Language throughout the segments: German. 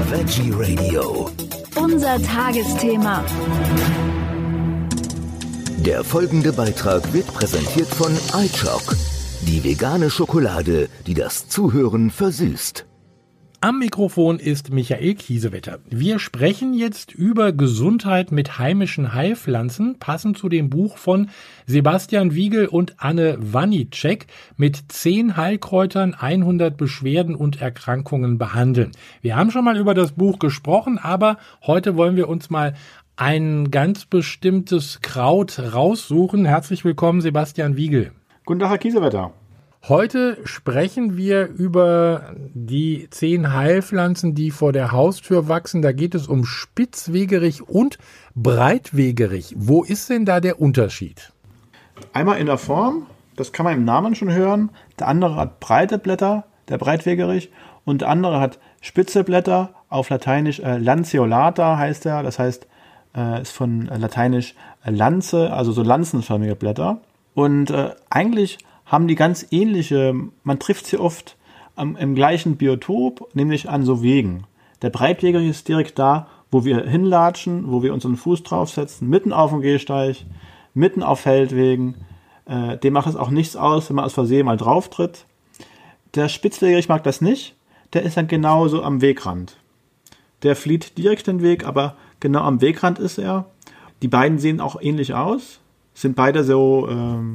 Veggie Radio. Unser Tagesthema. Der folgende Beitrag wird präsentiert von iChoc, die vegane Schokolade, die das Zuhören versüßt. Am Mikrofon ist Michael Kiesewetter. Wir sprechen jetzt über Gesundheit mit heimischen Heilpflanzen, passend zu dem Buch von Sebastian Wiegel und Anne Wanicek mit 10 Heilkräutern 100 Beschwerden und Erkrankungen behandeln. Wir haben schon mal über das Buch gesprochen, aber heute wollen wir uns mal ein ganz bestimmtes Kraut raussuchen. Herzlich willkommen, Sebastian Wiegel. Guten Tag, Herr Kiesewetter. Heute sprechen wir über die 10 Heilpflanzen, die vor der Haustür wachsen. Da geht es um Spitzwegerich und Breitwegerich. Wo ist denn da der Unterschied? Einmal in der Form, das kann man im Namen schon hören. Der andere hat breite Blätter, der Breitwegerich, und der andere hat spitze Blätter, auf Lateinisch lanceolata heißt er. Das heißt, ist von Lateinisch Lanze, also so lanzenförmige Blätter. Und eigentlich haben die ganz ähnliche, man trifft sie oft im gleichen Biotop, nämlich an so Wegen. Der Breitwegerich ist direkt da, wo wir hinlatschen, wo wir unseren Fuß draufsetzen, mitten auf dem Gehsteig, mitten auf Feldwegen. Dem macht es auch nichts aus, wenn man aus Versehen mal drauf tritt. Der Spitzwegerich mag das nicht, der ist dann genauso am Wegrand. Der flieht direkt den Weg, aber genau am Wegrand ist er. Die beiden sehen auch ähnlich aus, sind beide so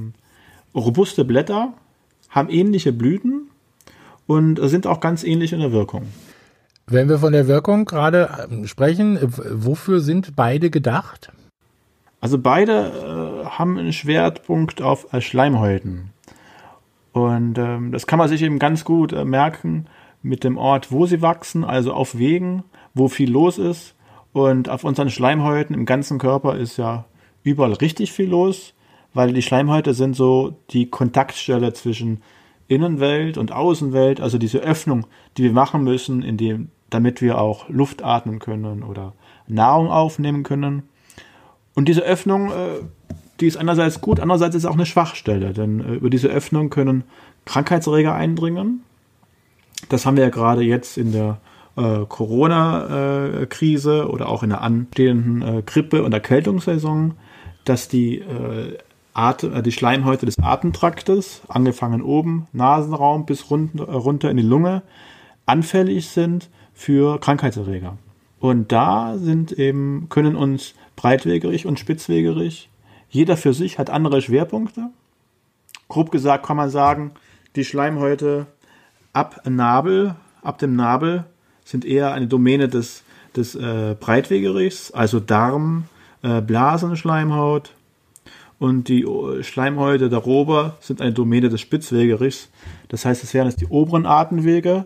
robuste Blätter, haben ähnliche Blüten und sind auch ganz ähnlich in der Wirkung. Wenn wir von der Wirkung gerade sprechen, wofür sind beide gedacht? Also beide haben einen Schwerpunkt auf Schleimhäuten. Und das kann man sich eben ganz gut merken mit dem Ort, wo sie wachsen, also auf Wegen, wo viel los ist. Und auf unseren Schleimhäuten im ganzen Körper ist ja überall richtig viel los, weil die Schleimhäute sind so die Kontaktstelle zwischen Innenwelt und Außenwelt, also diese Öffnung, die wir machen müssen, damit wir auch Luft atmen können oder Nahrung aufnehmen können. Und diese Öffnung, die ist einerseits gut, andererseits ist es auch eine Schwachstelle, denn über diese Öffnung können Krankheitserreger eindringen. Das haben wir ja gerade jetzt in der Corona-Krise oder auch in der anstehenden Grippe- und Erkältungssaison, dass die Schleimhäute des Atemtraktes, angefangen oben, Nasenraum bis runter in die Lunge, anfällig sind für Krankheitserreger. Und da können uns Breitwegerich und Spitzwegerich, jeder für sich hat andere Schwerpunkte. Grob gesagt kann man sagen, die Schleimhäute ab dem Nabel sind eher eine Domäne des Breitwegerichs, also Darm, Blasenschleimhaut. Und die Schleimhäute darüber sind eine Domäne des Spitzwegerichs. Das heißt, es wären jetzt die oberen Atemwege,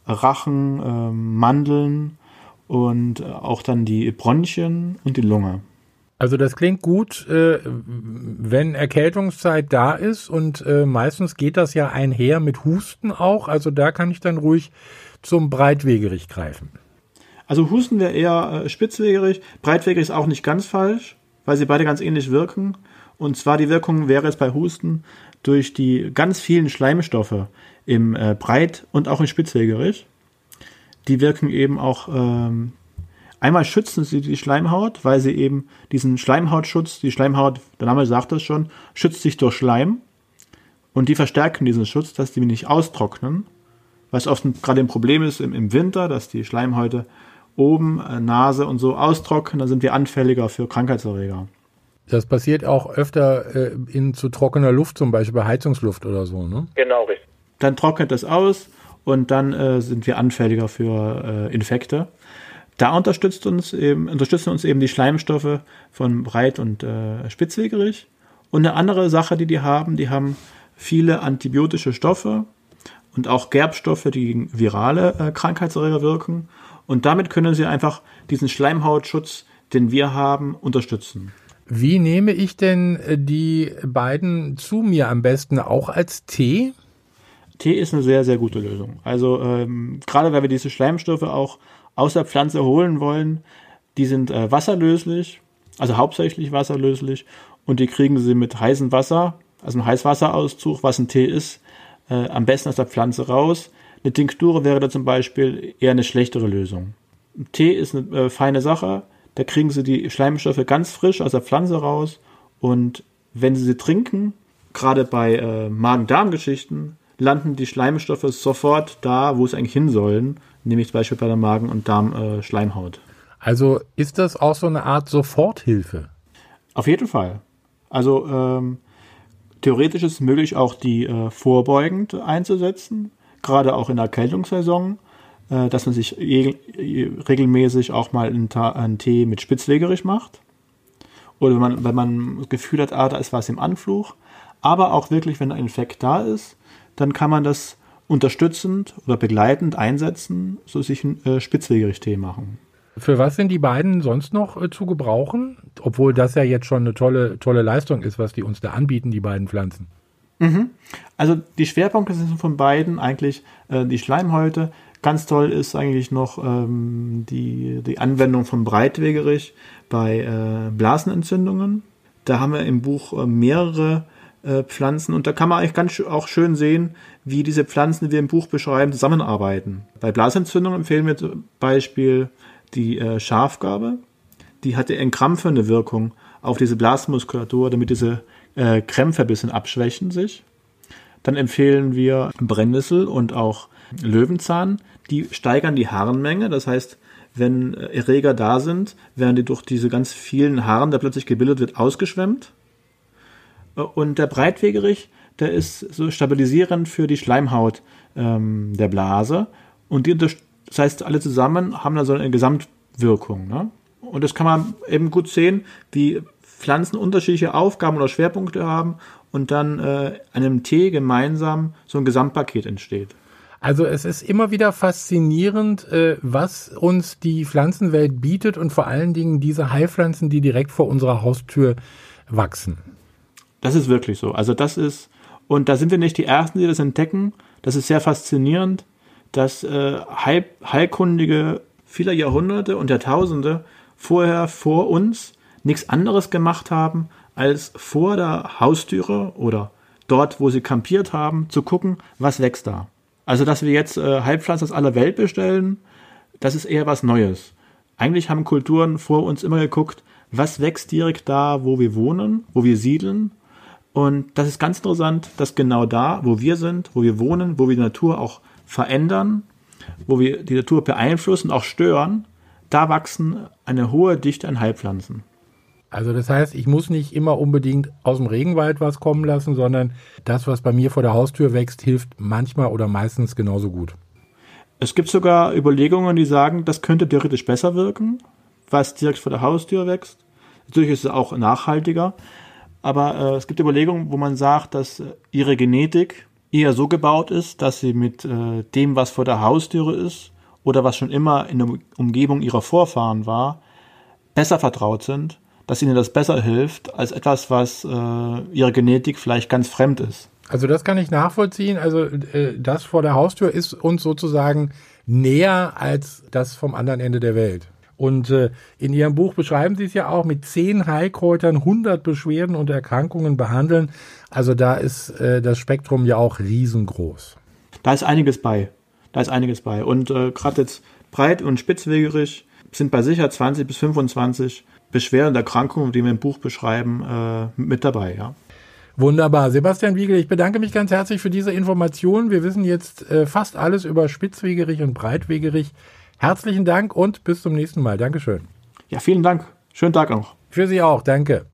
Rachen, Mandeln und auch dann die Bronchien und die Lunge. Also das klingt gut, wenn Erkältungszeit da ist und meistens geht das ja einher mit Husten auch. Also da kann ich dann ruhig zum Breitwegerich greifen. Also Husten wäre eher Spitzwegerich. Breitwegerich ist auch nicht ganz falsch, weil sie beide ganz ähnlich wirken. Und zwar die Wirkung wäre jetzt bei Husten durch die ganz vielen Schleimstoffe im Breit- und auch im Spitzwegerich. Die wirken eben auch, einmal schützen sie die Schleimhaut, weil sie eben diesen Schleimhautschutz, die Schleimhaut, der Name sagt das schon, schützt sich durch Schleim. Und die verstärken diesen Schutz, dass die nicht austrocknen. Was oft gerade ein Problem ist im Winter, dass die Schleimhäute oben, Nase und so austrocknen, dann sind wir anfälliger für Krankheitserreger. Das passiert auch öfter in zu trockener Luft, zum Beispiel bei Heizungsluft oder so, ne? Genau, richtig. Dann trocknet das aus und dann sind wir anfälliger für Infekte. Da unterstützen uns eben die Schleimstoffe von Breit- und Spitzwegerich. Und eine andere Sache, die haben viele antibiotische Stoffe und auch Gerbstoffe, die gegen virale Krankheitserreger wirken. Und damit können sie einfach diesen Schleimhautschutz, den wir haben, unterstützen. Wie nehme ich denn die beiden zu mir am besten? Auch als Tee? Tee ist eine sehr, sehr gute Lösung. Also gerade weil wir diese Schleimstoffe auch aus der Pflanze holen wollen, die sind wasserlöslich, also hauptsächlich wasserlöslich, und die kriegen sie mit heißem Wasser, also einem Heißwasserauszug, was ein Tee ist, am besten aus der Pflanze raus. Eine Tinktur wäre da zum Beispiel eher eine schlechtere Lösung. Tee ist eine feine Sache. Da kriegen sie die Schleimstoffe ganz frisch aus der Pflanze raus. Und wenn sie trinken, gerade bei Magen-Darm-Geschichten, landen die Schleimstoffe sofort da, wo sie eigentlich hin sollen. Nämlich zum Beispiel bei der Magen- und Darm-Schleimhaut. Also ist das auch so eine Art Soforthilfe? Auf jeden Fall. Also theoretisch ist es möglich, auch die vorbeugend einzusetzen. Gerade auch in der Erkältungssaison. Dass man sich regelmäßig auch mal einen Tee mit Spitzwegerich macht. Oder wenn man das Gefühl hat, da ist was im Anflug. Aber auch wirklich, wenn ein Infekt da ist, dann kann man das unterstützend oder begleitend einsetzen, so sich einen Spitzwegerich-Tee machen. Für was sind die beiden sonst noch zu gebrauchen? Obwohl das ja jetzt schon eine tolle Leistung ist, was die uns da anbieten, die beiden Pflanzen. Also die Schwerpunkte sind von beiden eigentlich die Schleimhäute. Ganz toll ist eigentlich noch die Anwendung von Breitwegerich bei Blasenentzündungen. Da haben wir im Buch mehrere Pflanzen und da kann man eigentlich auch schön sehen, wie diese Pflanzen, die wir im Buch beschreiben, zusammenarbeiten. Bei Blasenentzündungen empfehlen wir zum Beispiel die Schafgarbe. Die hat eine entkrampfende Wirkung auf diese Blasenmuskulatur, damit diese Krämpfe ein bisschen abschwächen sich. Dann empfehlen wir Brennnessel und auch Löwenzahn. Die steigern die Harnmenge. Das heißt, wenn Erreger da sind, werden die durch diese ganz vielen Harn, der plötzlich gebildet wird, ausgeschwemmt. Und der Breitwegerich, der ist so stabilisierend für die Schleimhaut der Blase. Und das heißt, alle zusammen haben da so eine Gesamtwirkung. Ne? Und das kann man eben gut sehen, wie Pflanzen unterschiedliche Aufgaben oder Schwerpunkte haben und dann an einem Tee gemeinsam so ein Gesamtpaket entsteht. Also es ist immer wieder faszinierend, was uns die Pflanzenwelt bietet und vor allen Dingen diese Heilpflanzen, die direkt vor unserer Haustür wachsen. Das ist wirklich so. Also und da sind wir nicht die Ersten, die das entdecken. Das ist sehr faszinierend, dass Heilkundige vieler Jahrhunderte und Jahrtausende vor uns nichts anderes gemacht haben, als vor der Haustüre oder dort, wo sie kampiert haben, zu gucken, was wächst da. Also, dass wir jetzt Heilpflanzen aus aller Welt bestellen, das ist eher was Neues. Eigentlich haben Kulturen vor uns immer geguckt, was wächst direkt da, wo wir wohnen, wo wir siedeln. Und das ist ganz interessant, dass genau da, wo wir sind, wo wir wohnen, wo wir die Natur auch verändern, wo wir die Natur beeinflussen, auch stören, da wachsen eine hohe Dichte an Heilpflanzen. Also das heißt, ich muss nicht immer unbedingt aus dem Regenwald was kommen lassen, sondern das, was bei mir vor der Haustür wächst, hilft manchmal oder meistens genauso gut. Es gibt sogar Überlegungen, die sagen, das könnte theoretisch besser wirken, was direkt vor der Haustür wächst. Natürlich ist es auch nachhaltiger, aber es gibt Überlegungen, wo man sagt, dass ihre Genetik eher so gebaut ist, dass sie mit dem, was vor der Haustüre ist oder was schon immer in der Umgebung ihrer Vorfahren war, besser vertraut sind, dass ihnen das besser hilft, als etwas, was ihrer Genetik vielleicht ganz fremd ist. Also das kann ich nachvollziehen. Also das vor der Haustür ist uns sozusagen näher als das vom anderen Ende der Welt. Und in Ihrem Buch beschreiben Sie es ja auch, mit 10 Heilkräutern 100 Beschwerden und Erkrankungen behandeln. Also da ist das Spektrum ja auch riesengroß. Da ist einiges bei. Und gerade jetzt Breit- und Spitzwegerich sind bei sicher 20 bis 25 Beschwerden und Erkrankungen, die wir im Buch beschreiben, mit dabei, ja. Wunderbar. Sebastian Wiegel, ich bedanke mich ganz herzlich für diese Informationen. Wir wissen jetzt fast alles über Spitzwegerich und Breitwegerich. Herzlichen Dank und bis zum nächsten Mal. Dankeschön. Ja, vielen Dank. Schönen Tag noch. Für Sie auch. Danke.